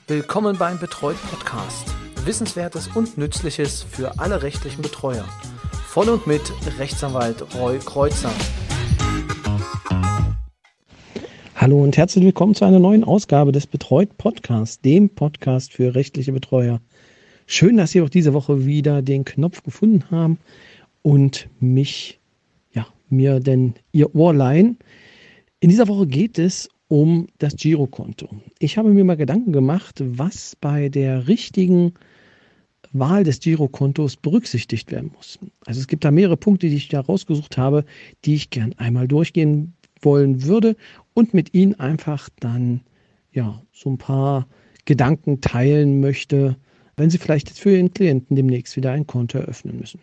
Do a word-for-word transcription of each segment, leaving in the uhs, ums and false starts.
Willkommen beim Betreut Podcast. Wissenswertes und Nützliches für alle rechtlichen Betreuer. Von und mit Rechtsanwalt Roy Kreuzer. Hallo und herzlich willkommen zu einer neuen Ausgabe des Betreut Podcasts, dem Podcast für rechtliche Betreuer. Schön, dass Sie auch diese Woche wieder den Knopf gefunden haben und mich, ja, mir denn Ihr Ohr leihen. In dieser Woche geht es um das Girokonto. Ich habe mir mal Gedanken gemacht, was bei der richtigen Wahl des Girokontos berücksichtigt werden muss. Also es gibt da mehrere Punkte, die ich da rausgesucht habe, die ich gern einmal durchgehen wollen würde und mit Ihnen einfach dann ja so ein paar Gedanken teilen möchte, wenn Sie vielleicht jetzt für Ihren Klienten demnächst wieder ein Konto eröffnen müssen.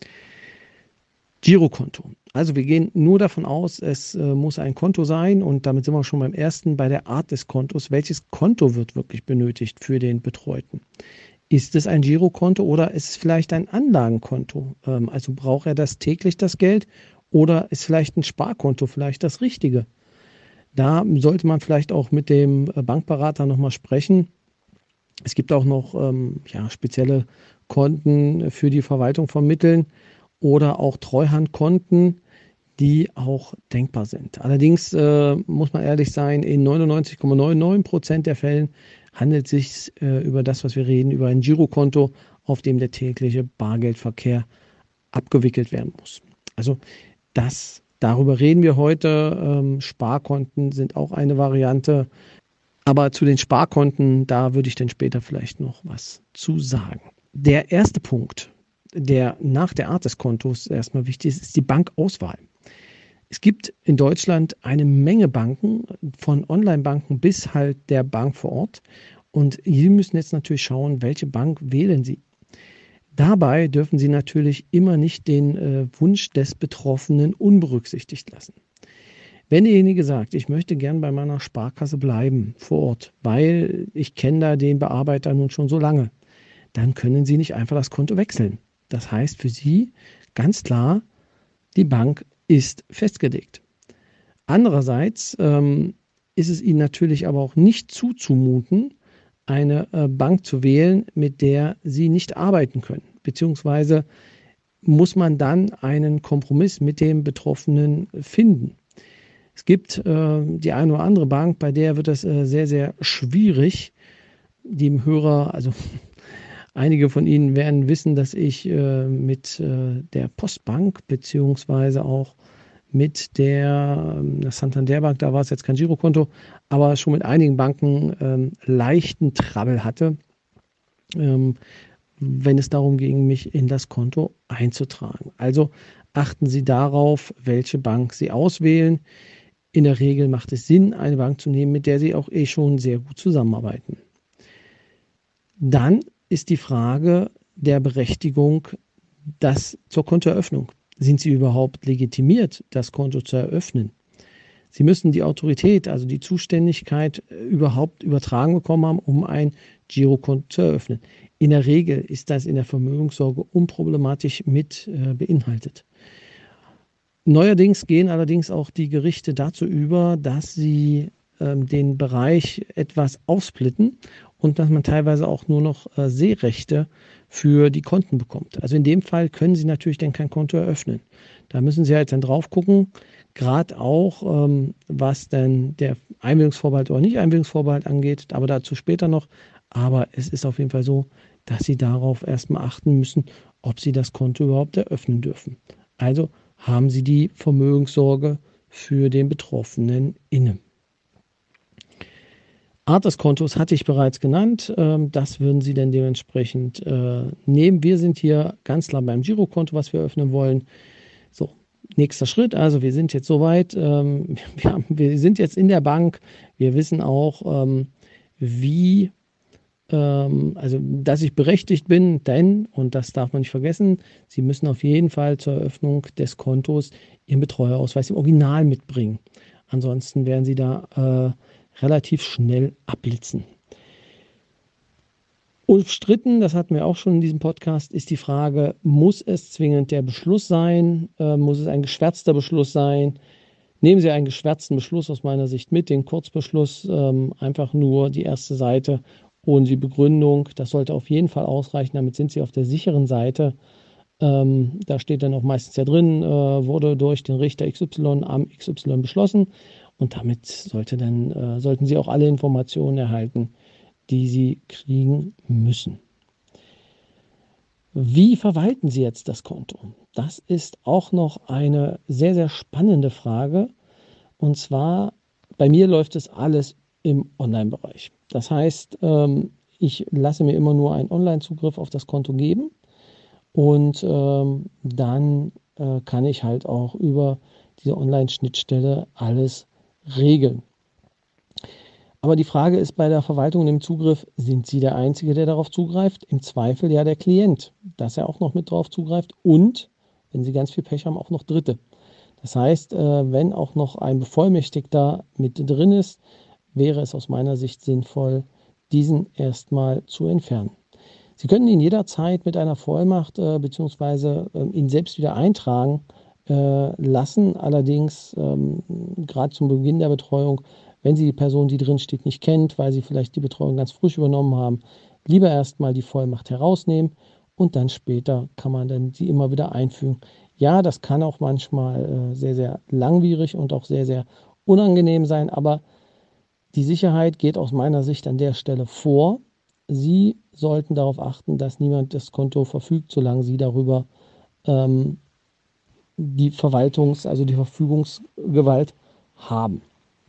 Girokonto. Also wir gehen nur davon aus, es äh, muss ein Konto sein und damit sind wir schon beim ersten, bei der Art des Kontos. Welches Konto wird wirklich benötigt für den Betreuten? Ist es ein Girokonto oder ist es vielleicht ein Anlagenkonto? Ähm, also braucht er das täglich, das Geld, oder ist vielleicht ein Sparkonto vielleicht das Richtige? Da sollte man vielleicht auch mit dem Bankberater nochmal sprechen. Es gibt auch noch ähm, ja, spezielle Konten für die Verwaltung von Mitteln oder auch Treuhandkonten, die auch denkbar sind. Allerdings äh, muss man ehrlich sein, in neunundneunzig Komma neunundneunzig Prozent der Fällen handelt es sich äh, über das, was wir reden, über ein Girokonto, auf dem der tägliche Bargeldverkehr abgewickelt werden muss. Also das, darüber reden wir heute. Ähm, Sparkonten sind auch eine Variante. Aber zu den Sparkonten, da würde ich dann später vielleicht noch was zu sagen. Der erste Punkt, der nach der Art des Kontos erstmal wichtig ist, ist die Bankauswahl. Es gibt in Deutschland eine Menge Banken, von Online-Banken bis halt der Bank vor Ort. Und Sie müssen jetzt natürlich schauen, welche Bank wählen Sie. Dabei dürfen Sie natürlich immer nicht den äh, Wunsch des Betroffenen unberücksichtigt lassen. Wenn derjenige sagt, ich möchte gern bei meiner Sparkasse bleiben vor Ort, weil ich kenne da den Bearbeiter nun schon so lange, dann können Sie nicht einfach das Konto wechseln. Das heißt für Sie ganz klar, die Bank ist festgelegt. Andererseits ähm, ist es Ihnen natürlich aber auch nicht zuzumuten, eine äh, Bank zu wählen, mit der Sie nicht arbeiten können. Beziehungsweise muss man dann einen Kompromiss mit dem Betroffenen finden. Es gibt äh, die eine oder andere Bank, bei der wird das äh, sehr, sehr schwierig. Die Hörer, also einige von Ihnen werden wissen, dass ich äh, mit äh, der Postbank beziehungsweise auch mit der, der Santander Bank, da war es jetzt kein Girokonto, aber schon mit einigen Banken ähm, leichten Trouble hatte, ähm, wenn es darum ging, mich in das Konto einzutragen. Also achten Sie darauf, welche Bank Sie auswählen. In der Regel macht es Sinn, eine Bank zu nehmen, mit der Sie auch eh schon sehr gut zusammenarbeiten. Dann ist die Frage der Berechtigung das zur Kontoeröffnung. Sind Sie überhaupt legitimiert, das Konto zu eröffnen? Sie müssen die Autorität, also die Zuständigkeit überhaupt übertragen bekommen haben, um ein Girokonto zu eröffnen. In der Regel ist das in der Vermögenssorge unproblematisch mit äh, beinhaltet. Neuerdings gehen allerdings auch die Gerichte dazu über, dass sie ähm, den Bereich etwas aufsplitten und dass man teilweise auch nur noch äh, Sehrechte für die Konten bekommt. Also in dem Fall können Sie natürlich dann kein Konto eröffnen. Da müssen Sie halt dann drauf gucken, gerade auch ähm, was dann der Einwilligungsvorbehalt oder Nicht-Einwilligungsvorbehalt angeht, aber dazu später noch. Aber es ist auf jeden Fall so, dass Sie darauf erstmal achten müssen, ob Sie das Konto überhaupt eröffnen dürfen. Also haben Sie die Vermögenssorge für den Betroffenen inne. Art des Kontos hatte ich bereits genannt. Das würden Sie dann dementsprechend nehmen. Wir sind hier ganz klar beim Girokonto, was wir öffnen wollen. So, nächster Schritt. Also wir sind jetzt soweit. Wir, haben, wir sind jetzt in der Bank. Wir wissen auch, wie, also dass ich berechtigt bin, denn, und das darf man nicht vergessen, Sie müssen auf jeden Fall zur Eröffnung des Kontos Ihren Betreuerausweis im Original mitbringen. Ansonsten werden Sie da äh, relativ schnell abblitzen. Umstritten, das hatten wir auch schon in diesem Podcast, ist die Frage, muss es zwingend der Beschluss sein? Äh, muss es ein geschwärzter Beschluss sein? Nehmen Sie einen geschwärzten Beschluss aus meiner Sicht mit, den Kurzbeschluss, ähm, einfach nur die erste Seite und die Begründung, das sollte auf jeden Fall ausreichen, damit sind Sie auf der sicheren Seite. Ähm, da steht dann auch meistens ja drin, äh, wurde durch den Richter X Y am X Y beschlossen und damit sollte dann, äh, sollten Sie auch alle Informationen erhalten, die Sie kriegen müssen. Wie verwalten Sie jetzt das Konto? Das ist auch noch eine sehr, sehr spannende Frage. Und zwar, bei mir läuft es alles im Online-Bereich. Das heißt, ähm, ich lasse mir immer nur einen Online-Zugriff auf das Konto geben und ähm, dann äh, kann ich halt auch über diese Online-Schnittstelle alles regeln. Aber die Frage ist bei der Verwaltung und dem Zugriff, sind Sie der Einzige, der darauf zugreift? Im Zweifel ja der Klient, dass er auch noch mit drauf zugreift und, wenn Sie ganz viel Pech haben, auch noch Dritte. Das heißt, äh, wenn auch noch ein Bevollmächtigter mit drin ist, wäre es aus meiner Sicht sinnvoll, diesen erstmal zu entfernen. Sie können ihn jederzeit mit einer Vollmacht äh, bzw. äh, ihn selbst wieder eintragen äh, lassen. Allerdings ähm, gerade zum Beginn der Betreuung, wenn Sie die Person, die drin steht, nicht kennt, weil Sie vielleicht die Betreuung ganz frisch übernommen haben, lieber erstmal die Vollmacht herausnehmen und dann später kann man dann sie immer wieder einfügen. Ja, das kann auch manchmal äh, sehr, sehr langwierig und auch sehr, sehr unangenehm sein, aber die Sicherheit geht aus meiner Sicht an der Stelle vor. Sie sollten darauf achten, dass niemand das Konto verfügt, solange Sie darüber ähm, die Verwaltungs-, also die Verfügungsgewalt haben.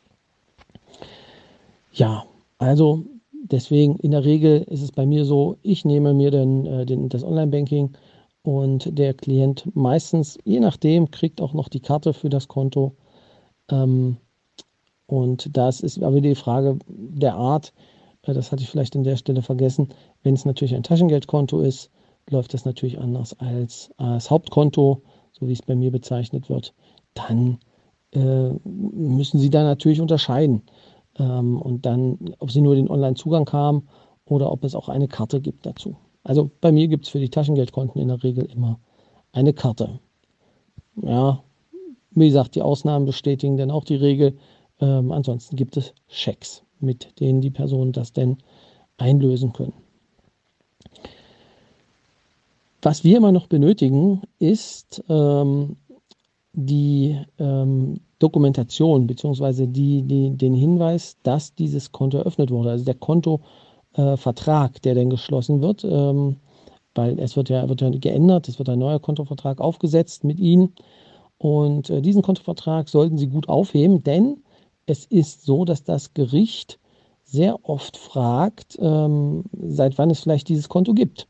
Ja, also deswegen in der Regel ist es bei mir so, ich nehme mir dann äh, den, das Online-Banking und der Klient meistens, je nachdem, kriegt auch noch die Karte für das Konto. Ähm, und das ist aber die Frage der Art, äh, das hatte ich vielleicht an der Stelle vergessen. Wenn es natürlich ein Taschengeldkonto ist, läuft das natürlich anders als das Hauptkonto, so wie es bei mir bezeichnet wird. Dann äh, müssen Sie da natürlich unterscheiden. Ähm, und dann, ob Sie nur den Online-Zugang haben oder ob es auch eine Karte gibt dazu. Also bei mir gibt es für die Taschengeldkonten in der Regel immer eine Karte. Ja, wie gesagt, die Ausnahmen bestätigen dann auch die Regel. Ähm, ansonsten gibt es Schecks, mit denen die Personen das denn einlösen können. Was wir immer noch benötigen, ist ähm, die ähm, Dokumentation bzw. Die, die, den Hinweis, dass dieses Konto eröffnet wurde. Also der Kontovertrag, äh, der dann geschlossen wird, ähm, weil es wird ja, wird ja geändert, es wird ein neuer Kontovertrag aufgesetzt mit Ihnen. Und äh, diesen Kontovertrag sollten Sie gut aufheben, denn es ist so, dass das Gericht sehr oft fragt, ähm, seit wann es vielleicht dieses Konto gibt.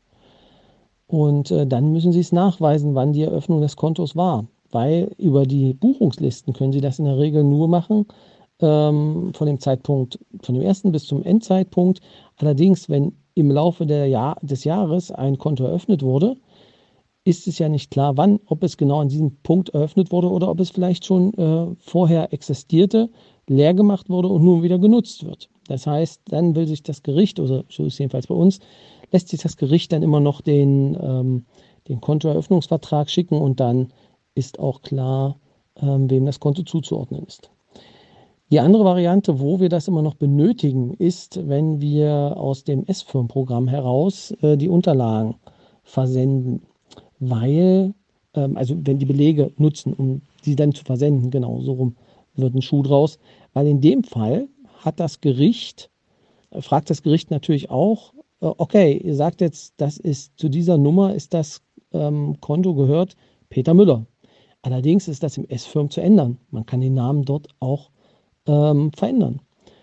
Und äh, dann müssen Sie es nachweisen, wann die Eröffnung des Kontos war. Weil über die Buchungslisten können Sie das in der Regel nur machen, ähm, von dem Zeitpunkt, von dem ersten bis zum Endzeitpunkt. Allerdings, wenn im Laufe der Jahr, des Jahres ein Konto eröffnet wurde, ist es ja nicht klar, wann, ob es genau an diesem Punkt eröffnet wurde oder ob es vielleicht schon äh, vorher existierte, leer gemacht wurde und nun wieder genutzt wird. Das heißt, dann will sich das Gericht, oder so ist es jedenfalls bei uns, lässt sich das Gericht dann immer noch den, ähm, den Kontoeröffnungsvertrag schicken und dann ist auch klar, ähm, wem das Konto zuzuordnen ist. Die andere Variante, wo wir das immer noch benötigen, ist, wenn wir aus dem S-Firm-Programm heraus äh, die Unterlagen versenden. Weil, ähm, also wenn die Belege nutzen, um sie dann zu versenden, genau, so rum wird ein Schuh draus. Weil in dem Fall hat das Gericht, äh, fragt das Gericht natürlich auch, äh, okay, ihr sagt jetzt, das ist zu dieser Nummer, ist das ähm, Konto gehört Peter Müller. Allerdings ist das im S-Firm zu ändern. Man kann den Namen dort auch ähm, verändern.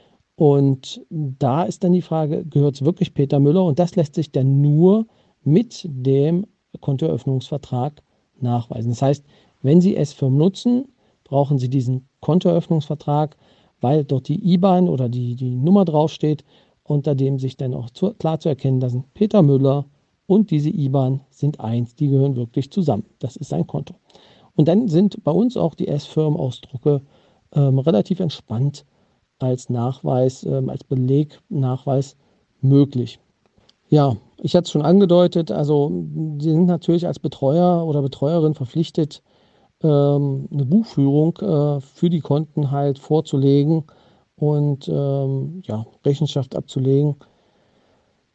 Und da ist dann die Frage, gehört es wirklich Peter Müller? Und das lässt sich dann nur mit dem Kontoeröffnungsvertrag nachweisen. Das heißt, wenn Sie S-Firm nutzen, brauchen Sie diesen Kontoeröffnungsvertrag, weil dort die I B A N oder die, die Nummer draufsteht, unter dem sich dann auch zu, klar zu erkennen lassen, Peter Müller und diese I B A N sind eins, die gehören wirklich zusammen. Das ist ein Konto. Und dann sind bei uns auch die S-Firm-Ausdrucke ähm, relativ entspannt als Nachweis, ähm, als Belegnachweis möglich. Ja, ich hatte es schon angedeutet, also Sie sind natürlich als Betreuer oder Betreuerin verpflichtet, ähm, eine Buchführung äh, für die Konten halt vorzulegen und ähm, ja, Rechenschaft abzulegen.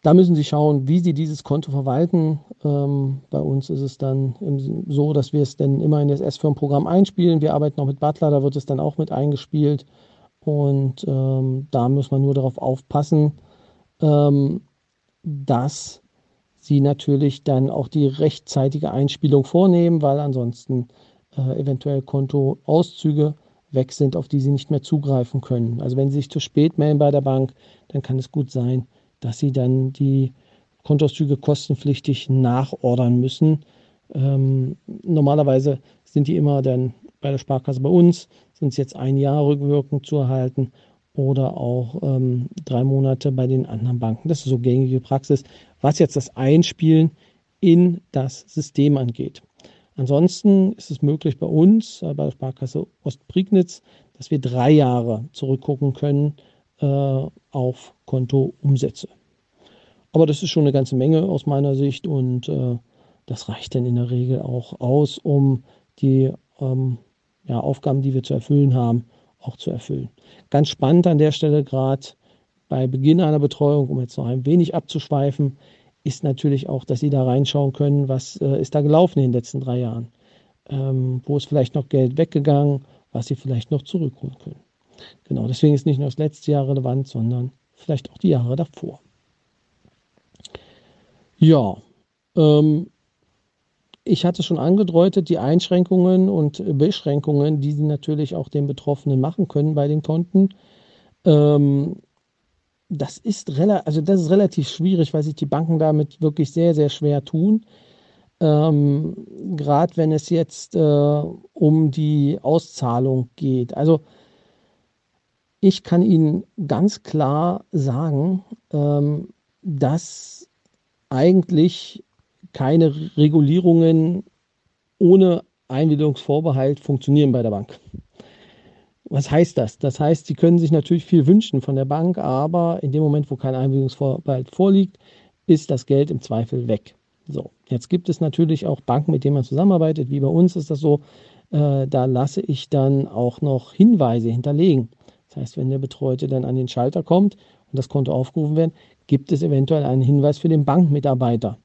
Da müssen Sie schauen, wie Sie dieses Konto verwalten. Ähm, bei uns ist es dann im, so, dass wir es dann immer in das S-Firm-Programm einspielen. Wir arbeiten auch mit Butler, da wird es dann auch mit eingespielt. Und ähm, da muss man nur darauf aufpassen, ähm, dass Sie natürlich dann auch die rechtzeitige Einspielung vornehmen, weil ansonsten äh, eventuell Kontoauszüge weg sind, auf die Sie nicht mehr zugreifen können. Also wenn Sie sich zu spät melden bei der Bank, dann kann es gut sein, dass Sie dann die Kontoauszüge kostenpflichtig nachordern müssen. Ähm, normalerweise sind die immer dann bei der Sparkasse bei uns, sind es jetzt ein Jahr rückwirkend zu erhalten oder auch ähm, drei Monate bei den anderen Banken. Das ist so gängige Praxis, was jetzt das Einspielen in das System angeht. Ansonsten ist es möglich bei uns, äh, bei der Sparkasse Ostprignitz, dass wir drei Jahre zurückgucken können äh, auf Kontoumsätze. Aber das ist schon eine ganze Menge aus meiner Sicht und äh, das reicht dann in der Regel auch aus, um die ähm, ja, Aufgaben, die wir zu erfüllen haben, auch zu erfüllen. Ganz spannend an der Stelle gerade bei Beginn einer Betreuung, um jetzt noch ein wenig abzuschweifen, ist natürlich auch, dass Sie da reinschauen können, was äh, ist da gelaufen in den letzten drei Jahren. Ähm, wo ist vielleicht noch Geld weggegangen, was Sie vielleicht noch zurückholen können. Genau, deswegen ist nicht nur das letzte Jahr relevant, sondern vielleicht auch die Jahre davor. Ja, ähm, ich hatte schon angedeutet, die Einschränkungen und Beschränkungen, die Sie natürlich auch den Betroffenen machen können bei den Konten. Ähm, das ist, rela- also das ist relativ schwierig, weil sich die Banken damit wirklich sehr, sehr schwer tun. Ähm, Gerade wenn es jetzt äh, um die Auszahlung geht. Also ich kann Ihnen ganz klar sagen, ähm, dass eigentlich keine Regulierungen ohne Einwilligungsvorbehalt funktionieren bei der Bank. Was heißt das? Das heißt, Sie können sich natürlich viel wünschen von der Bank, aber in dem Moment, wo kein Einwilligungsvorbehalt vorliegt, ist das Geld im Zweifel weg. So, jetzt gibt es natürlich auch Banken, mit denen man zusammenarbeitet. Wie bei uns ist das so, äh, da lasse ich dann auch noch Hinweise hinterlegen. Das heißt, wenn der Betreute dann an den Schalter kommt und das Konto aufgerufen wird, gibt es eventuell einen Hinweis für den Bankmitarbeiter.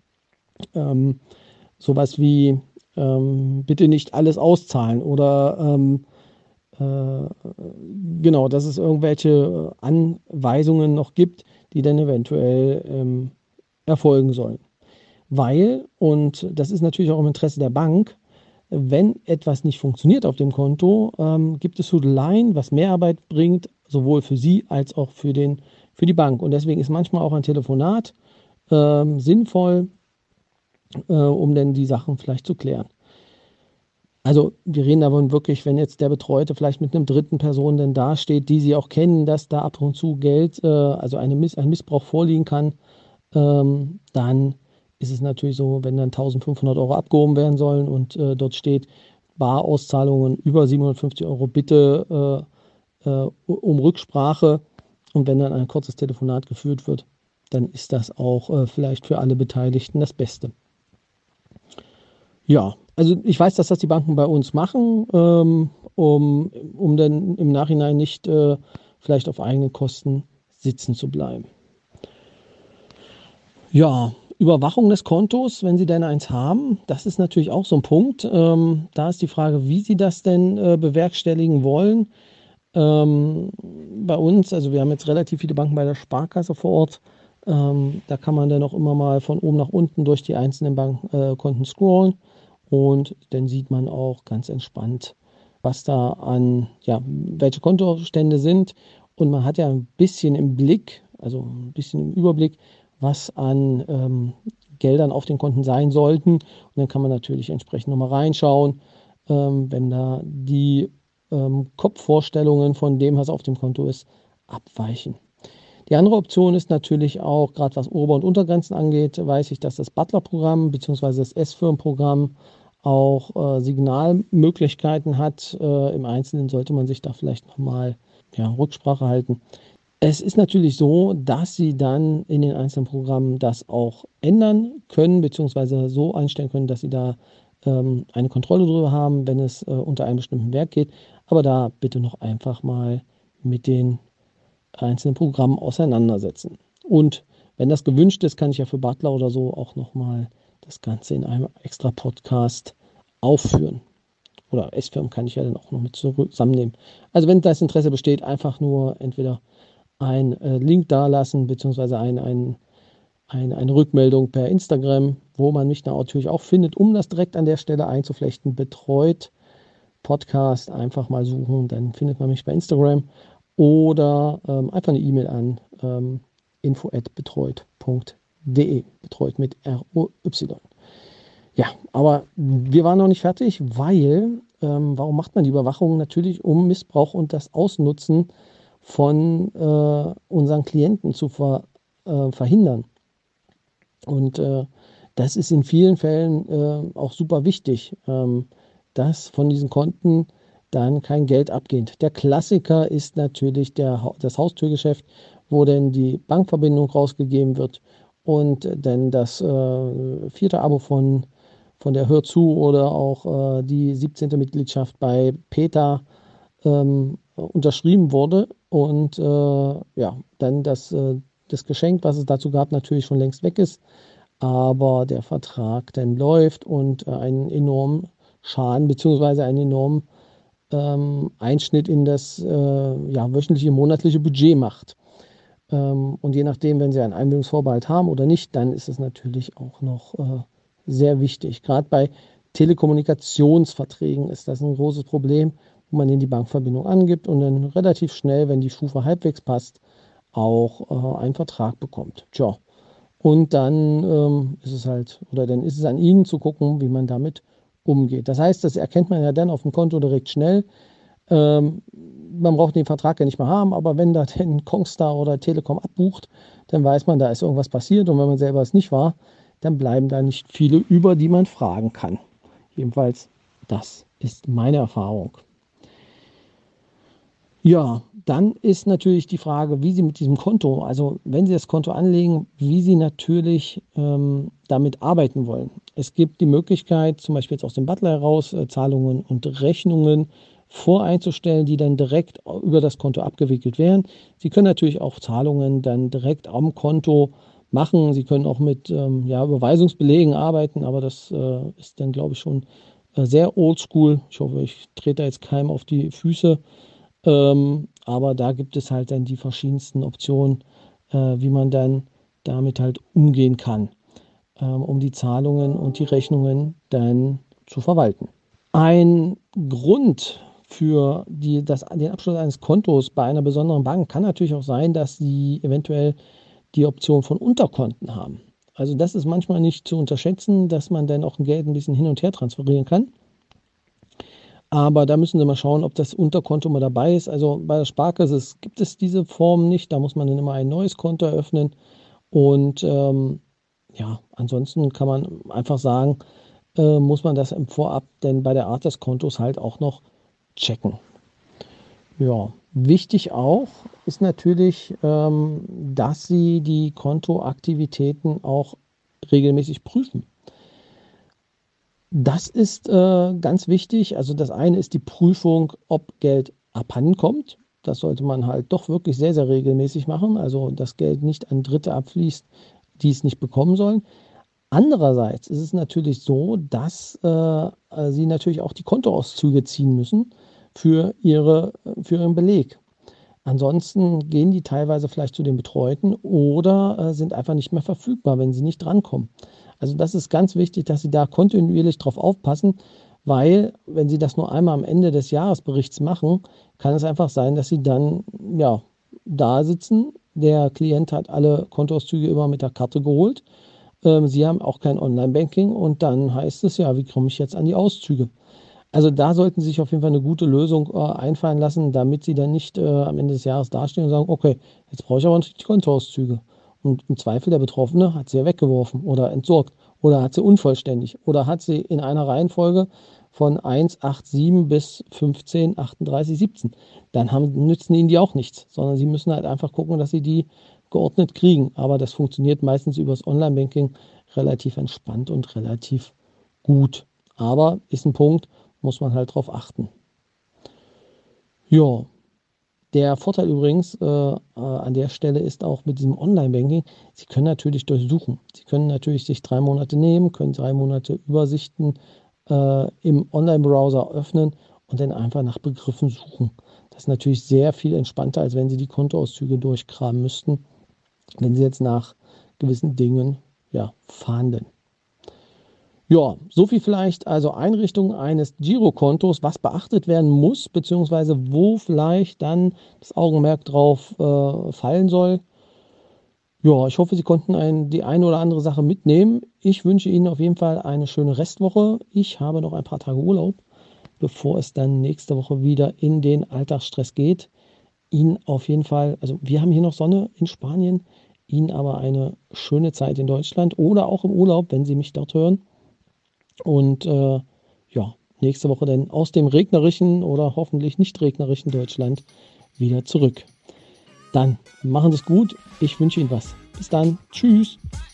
Ähm, sowas wie, ähm, bitte nicht alles auszahlen oder ähm, äh, genau, dass es irgendwelche Anweisungen noch gibt, die dann eventuell ähm, erfolgen sollen. Weil, und das ist natürlich auch im Interesse der Bank, wenn etwas nicht funktioniert auf dem Konto, ähm, gibt es Hudeleien, was Mehrarbeit bringt, sowohl für Sie als auch für, den, für die Bank. Und deswegen ist manchmal auch ein Telefonat ähm, sinnvoll, äh, um dann die Sachen vielleicht zu klären. Also wir reden aber wirklich, wenn jetzt der Betreute vielleicht mit einem dritten Person dann dasteht, die Sie auch kennen, dass da ab und zu Geld, äh, also eine Miss ein Missbrauch vorliegen kann, ähm, dann ist es natürlich so, wenn dann eintausendfünfhundert Euro abgehoben werden sollen und äh, dort steht, Barauszahlungen über siebenhundertfünfzig Euro bitte äh, äh, um Rücksprache und wenn dann ein kurzes Telefonat geführt wird, dann ist das auch äh, vielleicht für alle Beteiligten das Beste. Ja, also ich weiß, dass das die Banken bei uns machen, ähm, um, um dann im Nachhinein nicht äh, vielleicht auf eigenen Kosten sitzen zu bleiben. Ja, Überwachung des Kontos, wenn Sie denn eins haben, das ist natürlich auch so ein Punkt. Ähm, da ist die Frage, wie Sie das denn äh, bewerkstelligen wollen. Ähm, bei uns, also wir haben jetzt relativ viele Banken bei der Sparkasse vor Ort. Ähm, da kann man dann auch immer mal von oben nach unten durch die einzelnen Bankkonten äh, scrollen. Und dann sieht man auch ganz entspannt, was da an, ja, welche Kontostände sind. Und man hat ja ein bisschen im Blick, also ein bisschen im Überblick, was an ähm, Geldern auf den Konten sein sollten. Und dann kann man natürlich entsprechend nochmal reinschauen, ähm, wenn da die ähm, Kopfvorstellungen von dem, was auf dem Konto ist, abweichen. Die andere Option ist natürlich auch, gerade was Ober- und Untergrenzen angeht, weiß ich, dass das Butler-Programm bzw. das S-Firm-Programm auch äh, Signalmöglichkeiten hat. Äh, Im Einzelnen sollte man sich da vielleicht nochmal ja, Rücksprache halten. Es ist natürlich so, dass Sie dann in den einzelnen Programmen das auch ändern können, beziehungsweise so einstellen können, dass Sie da ähm, eine Kontrolle drüber haben, wenn es äh, unter einem bestimmten Wert geht. Aber da bitte noch einfach mal mit den einzelnen Programmen auseinandersetzen. Und Wenn das gewünscht ist, kann ich ja für Butler oder so auch nochmal das Ganze in einem extra Podcast aufführen. Oder S-Firmen kann ich ja dann auch noch mit zusammennehmen. Also wenn das Interesse besteht, einfach nur entweder einen äh, Link dalassen, beziehungsweise ein, ein, ein, eine Rückmeldung per Instagram, wo man mich natürlich auch findet, um das direkt an der Stelle einzuflechten. Betreut Podcast einfach mal suchen, dann findet man mich bei Instagram oder ähm, einfach eine E-Mail an ähm, info at betreut punkt de, betreut mit R O Y. Ja, aber wir waren noch nicht fertig, weil, ähm, warum macht man die Überwachung? Natürlich, um Missbrauch und das Ausnutzen von äh, unseren Klienten zu ver, äh, verhindern. Und äh, das ist in vielen Fällen äh, auch super wichtig, ähm, dass von diesen Konten dann kein Geld abgeht. Der Klassiker ist natürlich der, das Haustürgeschäft, wo dann die Bankverbindung rausgegeben wird und dann das äh, vierte Abo von, von der Hör zu oder auch äh, die siebzehnte Mitgliedschaft bei PETA ähm, unterschrieben wurde und äh, ja, dann das, äh, das Geschenk, was es dazu gab, natürlich schon längst weg ist, aber der Vertrag dann läuft und äh, einen enormen Schaden bzw. einen enormen ähm, Einschnitt in das äh, ja, wöchentliche, monatliche Budget macht. Ähm, und je nachdem, wenn Sie einen Einwilligungsvorbehalt haben oder nicht, dann ist es natürlich auch noch äh, sehr wichtig. Gerade bei Telekommunikationsverträgen ist das ein großes Problem, wo man in die Bankverbindung angibt und dann relativ schnell, wenn die Schufa halbwegs passt, auch äh, einen Vertrag bekommt. Tja. Und dann ähm, ist es halt, oder dann ist es an Ihnen zu gucken, wie man damit umgeht. Das heißt, das erkennt man ja dann auf dem Konto direkt schnell. Ähm, man braucht den Vertrag ja nicht mehr haben, aber wenn da den Kongstar oder Telekom abbucht, dann weiß man, da ist irgendwas passiert. Und wenn man selber es nicht war, dann bleiben da nicht viele über, die man fragen kann. Jedenfalls, das ist meine Erfahrung. Ja, dann ist natürlich die Frage, wie Sie mit diesem Konto, also wenn Sie das Konto anlegen, wie Sie natürlich ähm, damit arbeiten wollen. Es gibt die Möglichkeit, zum Beispiel jetzt aus dem Butler heraus, äh, Zahlungen und Rechnungen voreinzustellen, die dann direkt über das Konto abgewickelt werden. Sie können natürlich auch Zahlungen dann direkt am Konto machen. Sie können auch mit ähm, ja, Überweisungsbelegen arbeiten, aber das äh, ist dann, glaube ich, schon äh, sehr oldschool. Ich hoffe, ich trete da jetzt keinem auf die Füße. Ähm, aber da gibt es halt dann die verschiedensten Optionen, äh, wie man dann damit halt umgehen kann, ähm, um die Zahlungen und die Rechnungen dann zu verwalten. Ein Grund für die, das, den Abschluss eines Kontos bei einer besonderen Bank kann natürlich auch sein, dass Sie eventuell die Option von Unterkonten haben. Also das ist manchmal nicht zu unterschätzen, dass man dann auch ein Geld ein bisschen hin und her transferieren kann. Aber da müssen Sie mal schauen, ob das Unterkonto mal dabei ist. Also bei der Sparkasse gibt es diese Form nicht. Da muss man dann immer ein neues Konto eröffnen. Und ähm, ja, ansonsten kann man einfach sagen, äh, muss man das im Vorab denn bei der Art des Kontos halt auch noch checken. Ja, wichtig auch ist natürlich, ähm, dass Sie die Kontoaktivitäten auch regelmäßig prüfen. Das ist äh, ganz wichtig. Also das eine ist die Prüfung, ob Geld abhanden kommt. Das sollte man halt doch wirklich sehr, sehr regelmäßig machen. Also das Geld nicht an Dritte abfließt, die es nicht bekommen sollen. Andererseits ist es natürlich so, dass äh, Sie natürlich auch die Kontoauszüge ziehen müssen für, ihre, für Ihren Beleg. Ansonsten gehen die teilweise vielleicht zu den Betreuten oder äh, sind einfach nicht mehr verfügbar, wenn sie nicht drankommen. Also das ist ganz wichtig, dass Sie da kontinuierlich drauf aufpassen, weil wenn Sie das nur einmal am Ende des Jahresberichts machen, kann es einfach sein, dass Sie dann ja, da sitzen. Der Klient hat alle Kontoauszüge immer mit der Karte geholt. Ähm, Sie haben auch kein Online-Banking und dann heißt es ja, wie komme ich jetzt an die Auszüge? Also da sollten Sie sich auf jeden Fall eine gute Lösung äh, einfallen lassen, damit Sie dann nicht äh, am Ende des Jahres dastehen und sagen, okay, jetzt brauche ich aber natürlich die Kontoauszüge. Und im Zweifel der Betroffene hat sie ja weggeworfen oder entsorgt oder hat sie unvollständig oder hat sie in einer Reihenfolge von eins acht sieben bis fünfzehn achtunddreißig siebzehn. Dann haben, nützen Ihnen die auch nichts, sondern Sie müssen halt einfach gucken, dass Sie die geordnet kriegen. Aber das funktioniert meistens über das Online-Banking relativ entspannt und relativ gut. Aber ist ein Punkt, muss man halt drauf achten. Ja, Der Vorteil übrigens äh, äh, an der Stelle ist auch mit diesem Online-Banking, Sie können natürlich durchsuchen. Sie können natürlich sich drei Monate nehmen, können drei Monate Übersichten äh, im Online-Browser öffnen und dann einfach nach Begriffen suchen. Das ist natürlich sehr viel entspannter, als wenn Sie die Kontoauszüge durchkramen müssten, wenn Sie jetzt nach gewissen Dingen ja, fahnden. Ja, so viel vielleicht also Einrichtung eines Girokontos, was beachtet werden muss, beziehungsweise wo vielleicht dann das Augenmerk drauf äh, fallen soll. Ja, ich hoffe, Sie konnten ein, die eine oder andere Sache mitnehmen. Ich wünsche Ihnen auf jeden Fall eine schöne Restwoche. Ich habe noch ein paar Tage Urlaub, bevor es dann nächste Woche wieder in den Alltagsstress geht. Ihnen auf jeden Fall, also wir haben hier noch Sonne in Spanien, Ihnen aber eine schöne Zeit in Deutschland oder auch im Urlaub, wenn Sie mich dort hören. Und äh, ja, nächste Woche dann aus dem regnerischen oder hoffentlich nicht regnerischen Deutschland wieder zurück. Dann machen Sie es gut. Ich wünsche Ihnen was. Bis dann. Tschüss.